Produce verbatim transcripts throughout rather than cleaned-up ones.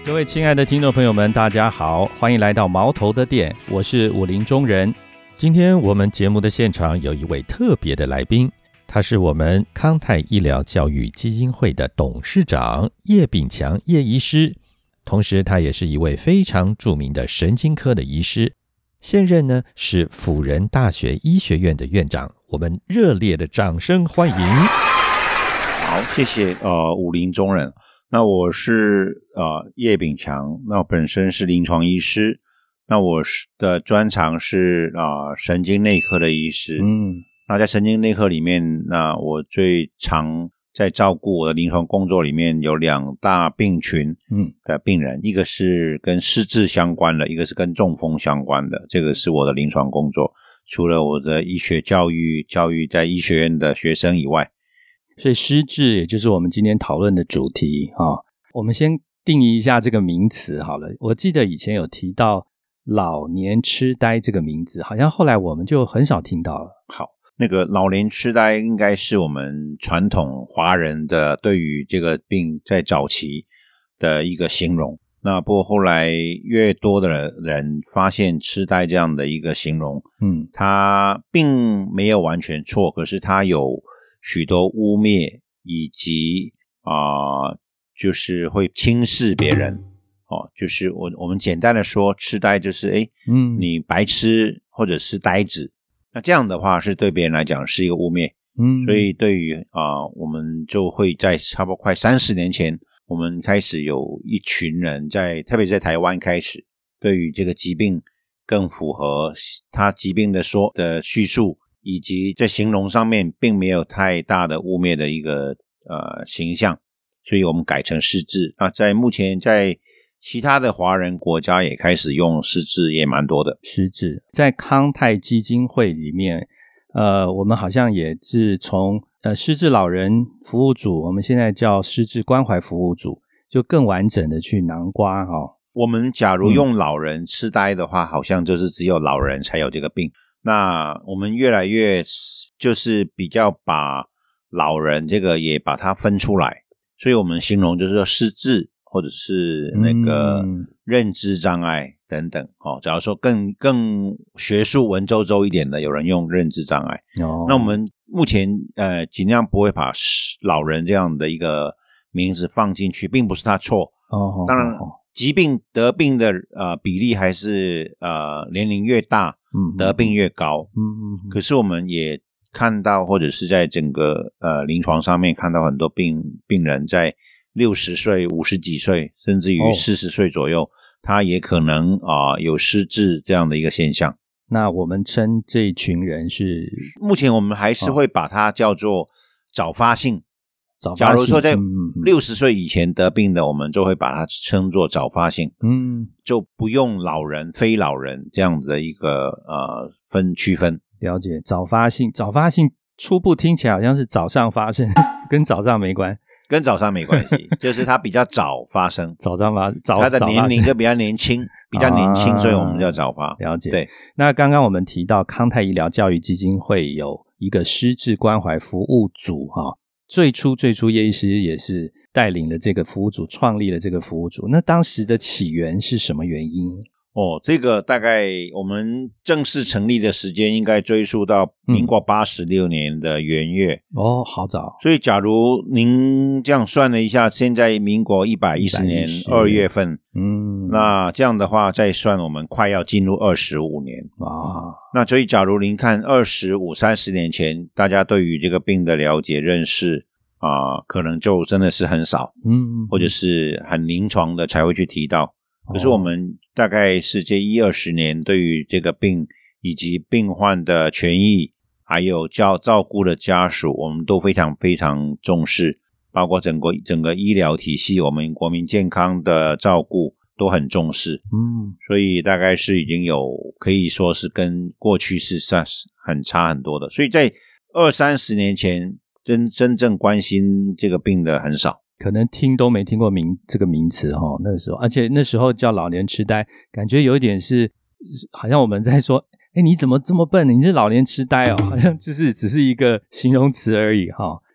各位亲爱的听众朋友们，大家好，欢迎来到毛头的店，我是武林中人。今天我们节目的现场有一位特别的来宾，他是我们康泰医疗教育基金会的董事长叶炳强叶医师，同时他也是一位非常著名的神经科的医师，现任呢是辅仁大学医学院的院长。我们热烈的掌声欢迎。 好，谢谢呃武林中人。那我是呃叶炳强，那我本身是临床医师，那我的专长是啊、呃、神经内科的医师。嗯，那在神经内科里面，那我最常在照顾我的临床工作里面有两大病群的病人，嗯、一个是跟失智相关的，一个是跟中风相关的，这个是我的临床工作。除了我的医学教育教育在医学院的学生以外。 所以失智也就是我们今天讨论的主题、哦、我们先定义一下这个名词好了。我记得以前有提到老年痴呆这个名字，好像后来我们就很少听到了。 好，那个老年痴呆应该是我们传统华人的对于这个病在早期的一个形容。那不过后来越多的人发现痴呆这样的一个形容，嗯，它并没有完全错，可是它有许多污蔑以及啊、呃，就是会轻视别人哦。就是我我们简单的说，痴呆就是诶，嗯，你白痴或者是呆子，那这样的话是对别人来讲是一个污蔑，嗯，所以对于啊、呃，我们就会在差不多快三十年前，我们开始有一群人在，特别在台湾开始，对于这个疾病更符合他疾病的说的叙述。以及在形容上面并没有太大的污蔑的一个呃形象，所以我们改成失智。那在目前在其他的华人国家也开始用失智，也蛮多的。 失智在康泰基金会里面，呃，我们好像也是从呃失智老人服务组，我们现在叫失智关怀服务组，就更完整的去囊括哦。 我们假如用老人痴呆的话、嗯、好像就是只有老人才有这个病。那我们越来越就是比较把老人这个也把它分出来，所以我们形容就是说失智或者是那个认知障碍等等、嗯、哦。假如说更更学术文绉绉一点的，有人用认知障碍。哦，那我们目前呃尽量不会把老人这样的一个名字放进去，并不是他错。哦，当然。哦，疾病得病的呃比例还是呃年龄越大，嗯，得病越高，嗯嗯。可是我们也看到，或者是在整个呃临床上面看到很多病病人在六十岁、五十几岁，甚至于四十岁左右，哦、他也可能啊、呃、有失智这样的一个现象。 那我们称这一群人是， 目前我们还是会把它叫做早发性。假如说在六十岁以前得病的、嗯、我们就会把它称作早发性，嗯，就不用老人非老人这样子的一个呃分区分。 了解，早发性早发性初步听起来好像是早上发生跟早上没关跟早上没关系就是它比较早发生早上发早它的年龄就比较年轻比较年轻、啊、所以我们叫早发。 了解。 对， 那刚刚我们提到康泰医疗教育基金会有一个失智关怀服务组哈、哦，最初最初叶医师也是带领了这个服务组，创立了这个服务组。那当时的起源是什么原因？ 哦，这个大概我们正式成立的时间应该追溯到民国八十六年的元月、 嗯、哦，好早。 所以假如您这样算了一下，现在民国一百一十年二月份，嗯，那这样的话再算我们快要进入二十五年啊。那所以假如您看二十五、三十年前大家对于这个病的了解认识啊、呃，可能就真的是很少，嗯，或者是很临床的才会去提到。可是我们大概是这一二十年对于这个病以及病患的权益还有照照顾的家属，我们都非常非常重视，包括整个整个医疗体系，我们国民健康的照顾都很重视。嗯，所以大概是已经有可以说是跟过去是算是很差很多的，所以在二三十年前真真正关心这个病的很少， 可能听都没听过名这个名词齁，那个时候，而且那时候叫老年痴呆，感觉有一点是好像我们在说，诶你怎么这么笨，你是老年痴呆哦，好像就是只是一个形容词而已齁。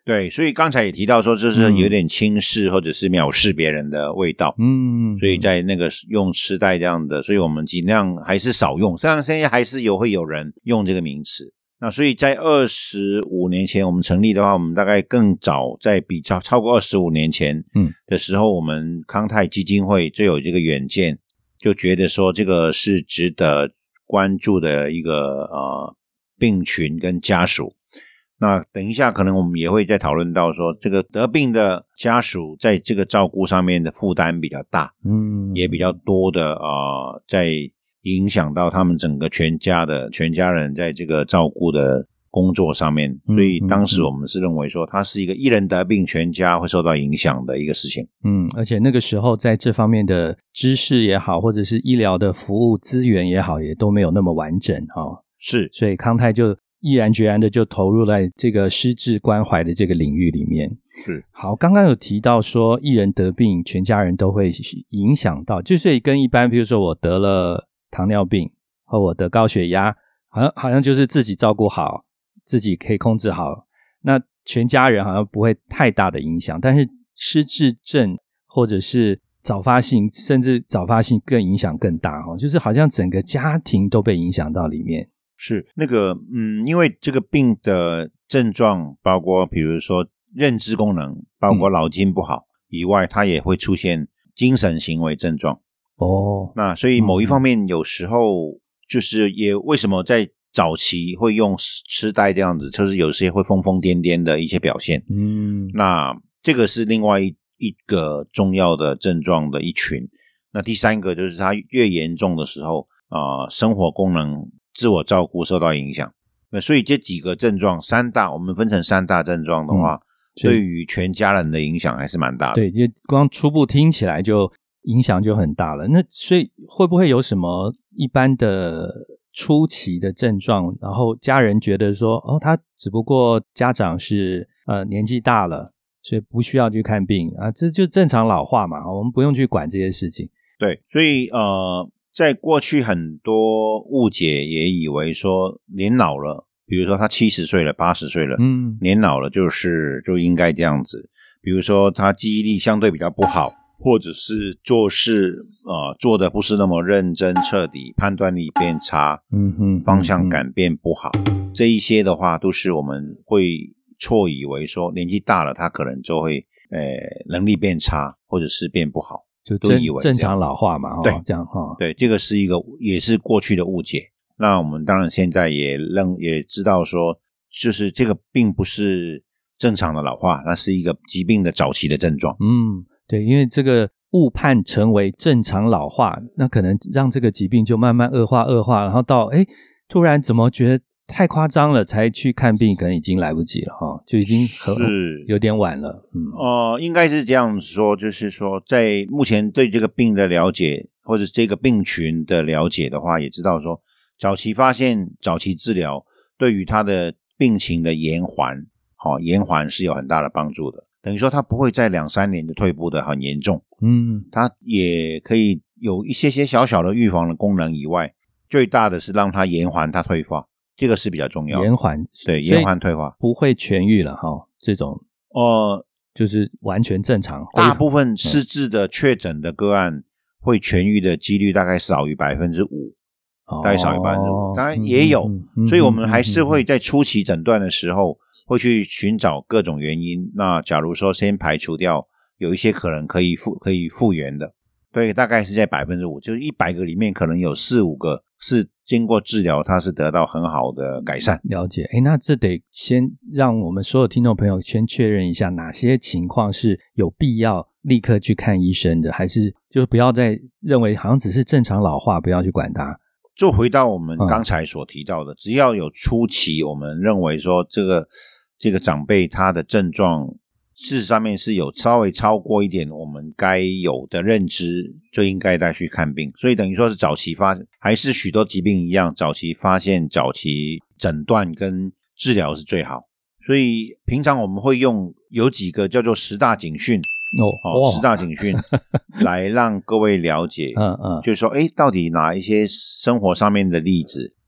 对，所以刚才也提到说，就是有点轻视或者是藐视别人的味道。 嗯， 所以在那个用痴呆这样的，所以我们尽量还是少用。虽然现在还是有会有人用这个名词。那所以在二十五年前我们成立的话，我们大概更早，在比超超过二十五年前的时候，嗯、我们康泰基金会就有这个远见，就觉得说这个是值得关注的一个呃病群跟家属。那等一下可能我们也会再讨论到说，这个得病的家属在这个照顾上面的负担比较大，嗯，也比较多的呃，在影响到他们整个全家的全家人在这个照顾的工作上面，所以当时我们是认为说，它是一个一人得病全家会受到影响的一个事情。 嗯，而且那个时候在这方面的知识也好，或者是医疗的服务资源也好，也都没有那么完整哦。 是， 所以康泰就毅然决然的就投入在这个失智关怀的这个领域里面。 是， 好，刚刚有提到说一人得病全家人都会影响到，就是跟一般比如说我得了糖尿病或我得高血压，好像好像就是自己照顾好，自己可以控制好，那全家人好像不会太大的影响。但是失智症或者是早发性，甚至早发性更影响更大，就是好像整个家庭都被影响到里面。 是那个嗯，因为这个病的症状包括比如说认知功能，包括脑筋不好、嗯、以外，它也会出现精神行为症状。哦，那所以某一方面有时候就是也为什么在早期会用痴呆这样子，就是有些会疯疯癫癫的一些表现。嗯，那这个是另外一一个重要的症状的一群。那第三个就是它越严重的时候啊、呃，生活功能自我照顾受到影响。那所以这几个症状三大，我们分成三大症状的话、嗯、对于全家人的影响还是蛮大的。 对，因为光初步听起来就影响就很大了。那所以会不会有什么一般的初期的症状，然后家人觉得说哦，他只不过家长是呃年纪大了，所以不需要去看病啊，这就正常老化嘛，我们不用去管这些事情。 对，所以呃在过去很多误解也以为说年老了，比如说他七十岁了八十岁了，嗯，年老了就是就应该这样子，比如说他记忆力相对比较不好，或者是做事呃做的不是那么认真彻底，判断力变差，嗯哼，方向感变不好，这一些的话都是我们会错以为说年纪大了他可能就会呃能力变差或者是变不好， 就正正常老化嘛， 对， 这样哈， 对，这个是一个也是过去的误解。那我们当然现在也认也知道说，就是这个并不是正常的老化，那是一个疾病的早期的症状。 嗯，对，因为这个误判成为正常老化，那可能让这个疾病就慢慢恶化恶化，然后到诶突然怎么觉得太夸张了，才去看病，可能已经来不及了哈，就已经很有点晚了。嗯， 呃，应该是这样说，就是说，在目前对这个病的了解，或者这个病群的了解的话，也知道说，早期发现、早期治疗，对于他的病情的延缓，好、哦、延缓是有很大的帮助的。等于说，他不会在两三年就退步的很严重。嗯，他也可以有一些些小小的预防的功能以外，最大的是让他延缓他退化。这个是比较重要的， 延缓， 对，延缓退化， 不会痊愈了哈。这种呃，就是完全正常。 大部分失智的确诊的个案、嗯、会痊愈的几率大概少于百分之五，大概少于百分之五。当然也有、嗯嗯，所以我们还是会在初期诊断的时候，会去寻找各种原因。那假如说先排除掉有一些可能可以复可以复原的，对，大概是在百分之五，就是一百个里面可能有四五个是经过治疗，它是得到很好的改善。 了解，诶，那这得先让我们所有听众朋友先确认一下，哪些情况是有必要立刻去看医生的，还是就不要再认为好像只是正常老化，不要去管它。 就回到我们刚才所提到的、嗯、只要有初期我们认为说这个这个长辈他的症状事实上面是有稍微超过一点我们该有的认知，就应该再去看病。所以等于说是早期发，还是许多疾病一样，早期发现、早期诊断跟治疗是最好。所以平常我们会用有几个叫做十大警讯哦，哦十大警讯来让各位了解，嗯嗯，就是说，诶，到底哪一些生活上面的例子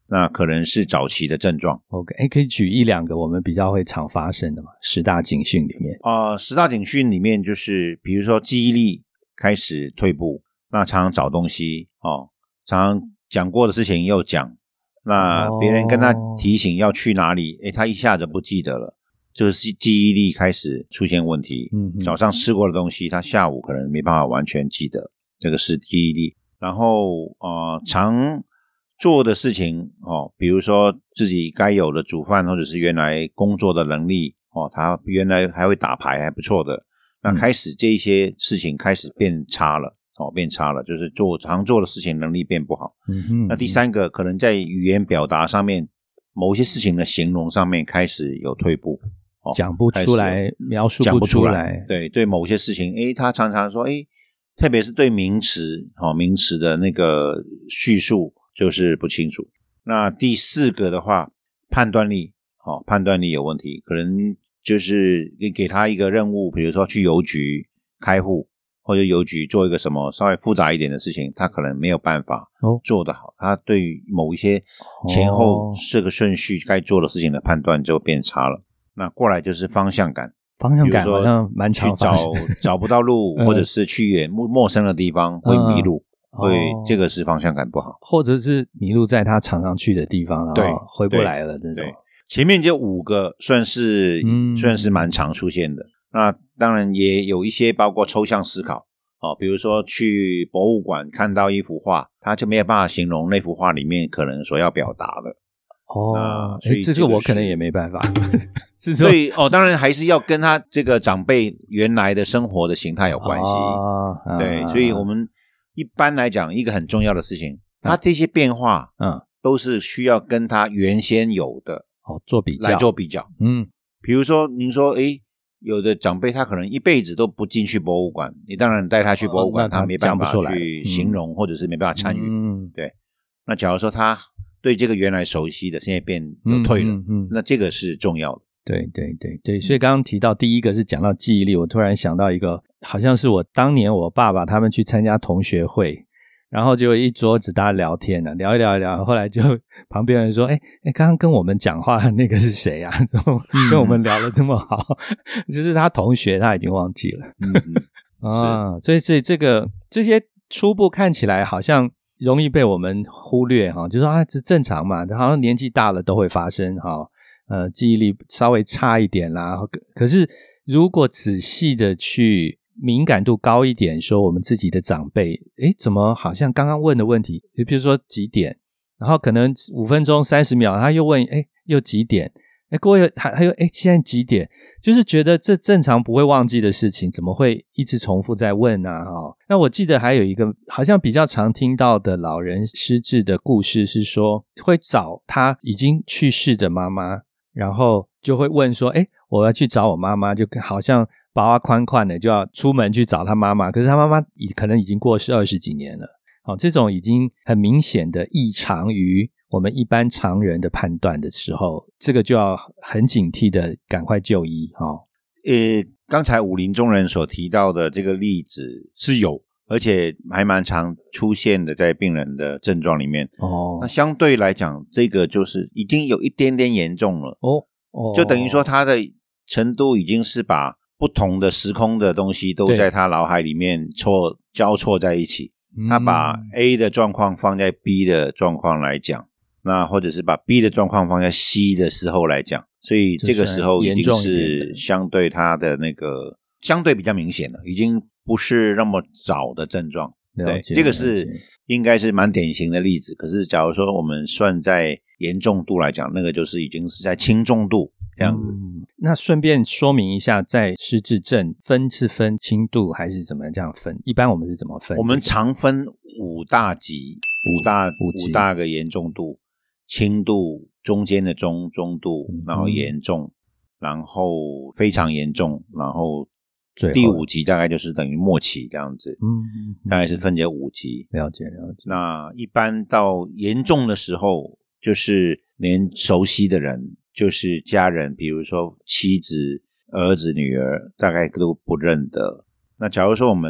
那可能是早期的症状。 OK， 诶可以举一两个我们比较会常发生的嘛？十大警讯里面呃，十大警讯里面就是比如说记忆力开始退步，那常常找东西哦，常常讲过的事情又讲，那别人跟他提醒要去哪里，诶他一下子不记得了，就是记忆力开始出现问题。 嗯嗯， 早上吃过的东西他下午可能没办法完全记得，这个是记忆力。然后呃，常做的事情哦，比如说自己该有的煮饭或者是原来工作的能力哦，他原来还会打牌还不错的，那开始这一些事情开始变差了哦，变差了，就是做常做的事情能力变不好。 嗯哼， 那第三个可能在语言表达上面，某些事情的形容上面开始有退步，哦， 讲不出来，描述讲不出出来。对，对某些事情，诶他常常说，诶特别是对名词，哦，名词的那个叙述就是不清楚。那第四个的话，判断力，哦，判断力有问题，可能就是给给他一个任务，比如说去邮局开户，或者邮局做一个什么稍微复杂一点的事情，他可能没有办法做得好，哦，他对于某一些前后这个顺序该做的事情的判断就变差了。那过来就是方向感， 方向感好像蛮常发生， 去找找不到路，或者是去远陌生的地方会迷路，嗯，会这个是方向感不好， 或者是迷路在他常常去的地方，然后回不来了这种。 前面这五个算是，嗯，算是蛮常出现的。那当然也有一些包括抽象思考，哦，比如说去博物馆看到一幅画，他就没有办法形容那幅画里面可能所要表达的。 哦，所以这个我可能也没办法。是所以哦，当然还是要跟他这个长辈原来的生活的形态有关系。 哦， 对，啊，所以我们一般来讲，一个很重要的事情，他这些变化，嗯，都是需要跟他原先有的哦做比较， 来做比较。嗯，比如说您说，诶有的长辈他可能一辈子都不进去博物馆，你当然带他去博物馆，哦，他, 他没办法去形容，嗯，或者是没办法参与。嗯，对。那假如说他对这个原来熟悉的现在变就退了，嗯嗯嗯，那这个是重要的。 对对对对，所以刚刚提到第一个是讲到记忆力，我突然想到一个，好像是我当年我爸爸他们去参加同学会，然后就一桌子大家聊天呢，聊一聊一聊，后来就旁边人说，哎哎，刚刚跟我们讲话的那个是谁啊？怎么跟我们聊得这么好？嗯，就是他同学他已经忘记了。嗯嗯啊，所以所以这个这些初步看起来好像容易被我们忽略哈，就说啊这正常嘛，好像年纪大了都会发生哈，呃记忆力稍微差一点啦。可是如果仔细的去敏感度高一点，说我们自己的长辈，诶怎么好像刚刚问的问题，比如说几点，然后可能五分钟三十秒他又问诶又几点，诶过会还有诶现在几点，就是觉得这正常不会忘记的事情怎么会一直重复在问啊、哦、那我记得还有一个好像比较常听到的老人失智的故事是说，会找他已经去世的妈妈，然后就会问说诶我要去找我妈妈，就好像把他宽宽的就要出门去找他妈妈，可是他妈妈可能已经过世二十几年了、哦、这种已经很明显的异常于我们一般常人的判断的时候，这个就要很警惕的赶快就医、哦、 呃，刚才武林中人所提到的这个例子是有，而且还蛮常出现的在病人的症状里面哦。那相对来讲，这个就是已经有一点点严重了哦，哦就等于说他的程度已经是把不同的时空的东西都在他脑海里面错交错在一起，他把 A 的状况放在 B 的状况来讲，那或者是把 B 的状况放在 C 的时候来讲，所以这个时候已经是相对他的那个相对比较明显了，已经不是那么早的症状。对，这个是应该是蛮典型的例子。可是假如说我们算在严重度来讲，那个就是已经是在轻重度这样子、嗯、 那顺便说明一下，在失智症分是分轻度还是怎么这样分？一般我们是怎么分、这个？ 我们常分五大级，五大五大个严重度，轻度、中间的中中度，然后严重、嗯、然后非常严重，然后第五级大概就是等于末期这样子。嗯，大概是分解五级。 了解了解。 那一般到严重的时候，就是连熟悉的人，就是家人，比如说妻子、儿子、女儿，大概都不认得。那假如说我们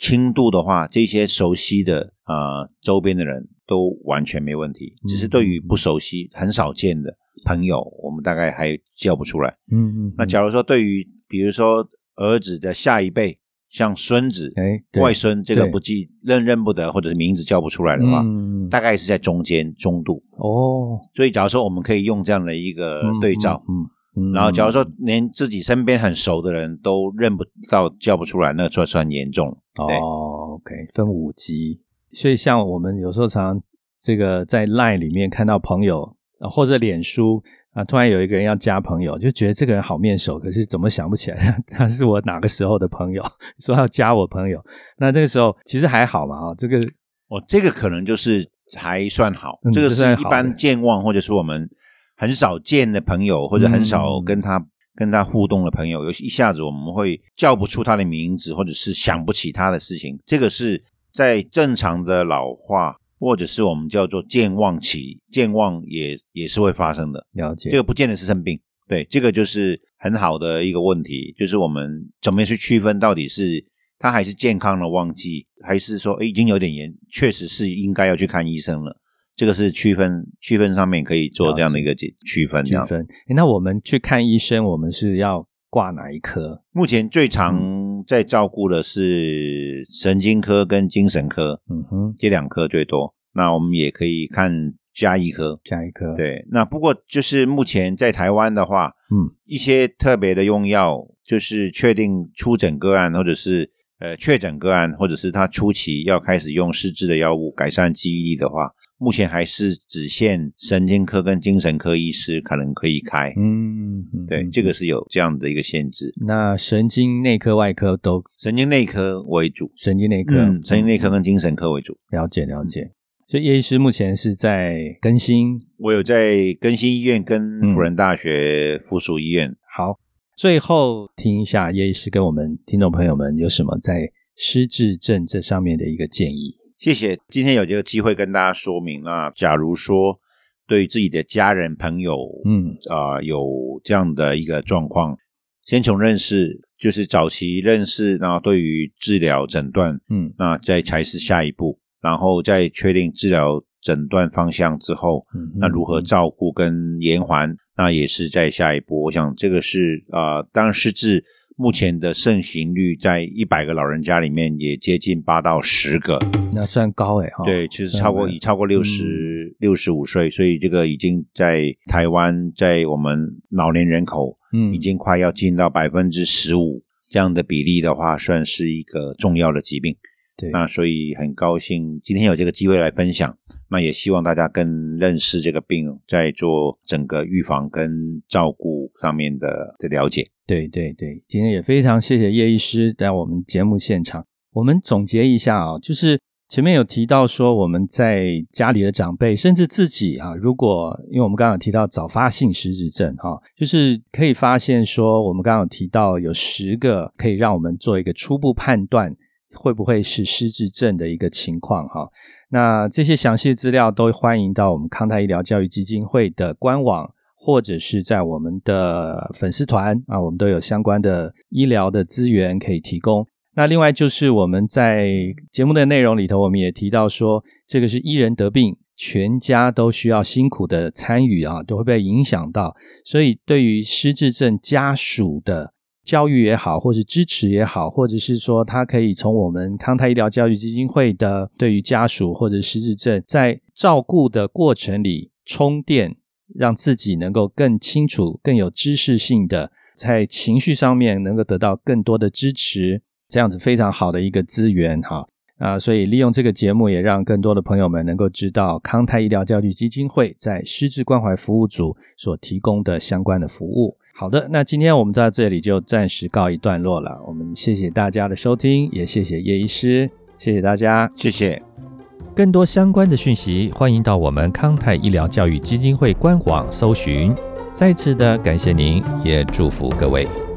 轻度的话，这些熟悉的呃周边的人都完全没问题，只是对于不熟悉很少见的朋友，我们大概还叫不出来。嗯嗯。那假如说对于比如说儿子的下一辈，像孙子、外孙，这个不记认认不得，或者是名字叫不出来的话，嗯、大概是在中间中度。哦。所以假如说我们可以用这样的一个对照。嗯嗯嗯，然后假如说连自己身边很熟的人都认不到叫不出来，那算算严重。 哦 OK， 分五级。所以像我们有时候常常这个在 LINE 里面看到朋友或者脸书啊，突然有一个人要加朋友，就觉得这个人好面熟，可是怎么想不起来他是我哪个时候的朋友，说要加我朋友。那这个时候其实还好嘛，哦，这个哦，这个可能就是还算好，嗯、这个是一般健忘或者是我们很少见的朋友，或者很少跟他、嗯、跟他互动的朋友，有一下子我们会叫不出他的名字，或者是想不起他的事情，这个是在正常的老化或者是我们叫做健忘期，健忘也也是会发生的。 了解， 这个不见得是生病，对，这个就是很好的一个问题，就是我们怎么样去区分到底是他还是健康的忘记，还是说诶已经有点严，确实是应该要去看医生了。这个是区分区分上面可以做这样的一个区分。 区分。那我们去看医生，我们是要挂哪一科？ 目前最常在照顾的是神经科跟精神科，嗯哼，这两科最多。那我们也可以看家医科， 家医科。 对，那不过就是目前在台湾的话，嗯，一些特别的用药，就是确定初诊个案或者是呃确诊个案，或者是他初期要开始用失智的药物改善记忆力的话，目前还是只限神经科跟精神科医师可能可以开。嗯，对，这个是有这样的一个限制。 那神经内科外科都？ 神经内科为主。 神经内科。 嗯，神经内科跟精神科为主。 了解了解。嗯，所以叶医师目前是在更新？ 我有在更新医院跟辅仁大学附属医院。 嗯，好，最后听一下叶医师跟我们听众朋友们有什么在失智症这上面的一个建议。 谢谢，今天有这个机会跟大家说明。那假如说对自己的家人朋友嗯啊、呃、有这样的一个状况，先从认识，就是早期认识，然后对于治疗诊断嗯那再才是下一步，然后再确定治疗诊断方向之后，嗯那如何照顾跟延缓，那也是在下一步。我想这个是啊、呃、当然失智目前的盛行率在一百个老人家里面也接近八到十个， 那算高诶、哦、 对，其实超过已超过六十、六十五岁，所以这个已经在台湾在我们老年人口已经快要进到 百分之十五 这样的比例的话，算是一个重要的疾病。对，那所以很高兴今天有这个机会来分享，那也希望大家更认识这个病，在做整个预防跟照顾上面的的了解。 对对对，今天也非常谢谢叶医师在我们节目现场。我们总结一下啊，就是前面有提到说我们在家里的长辈甚至自己啊，如果因为我们刚刚有提到早发性失智症哈，就是可以发现说我们刚刚有提到有十个可以让我们做一个初步判断会不会是失智症的一个情况哈。那这些详细的资料都欢迎到我们康泰医疗教育基金会的官网，或者是在我们的粉丝团啊，我们都有相关的医疗的资源可以提供。那另外就是我们在节目的内容里头，我们也提到说这个是一人得病，全家都需要辛苦的参与啊，都会被影响到。所以对于失智症家属的教育也好，或是支持也好，或者是说他可以从我们康泰医疗教育基金会的对于家属或者失智症在照顾的过程里充电，让自己能够更清楚更有知识性的在情绪上面能够得到更多的支持，这样子非常好的一个资源哈啊，所以利用这个节目也让更多的朋友们能够知道康泰医疗教育基金会在失智关怀服务组所提供的相关的服务。好的，那今天我们在这里就暂时告一段落了，我们谢谢大家的收听，也谢谢叶医师，谢谢大家。 谢谢。 更多相关的讯息欢迎到我们康泰医疗教育基金会官网搜寻。再次的感谢您，也祝福各位。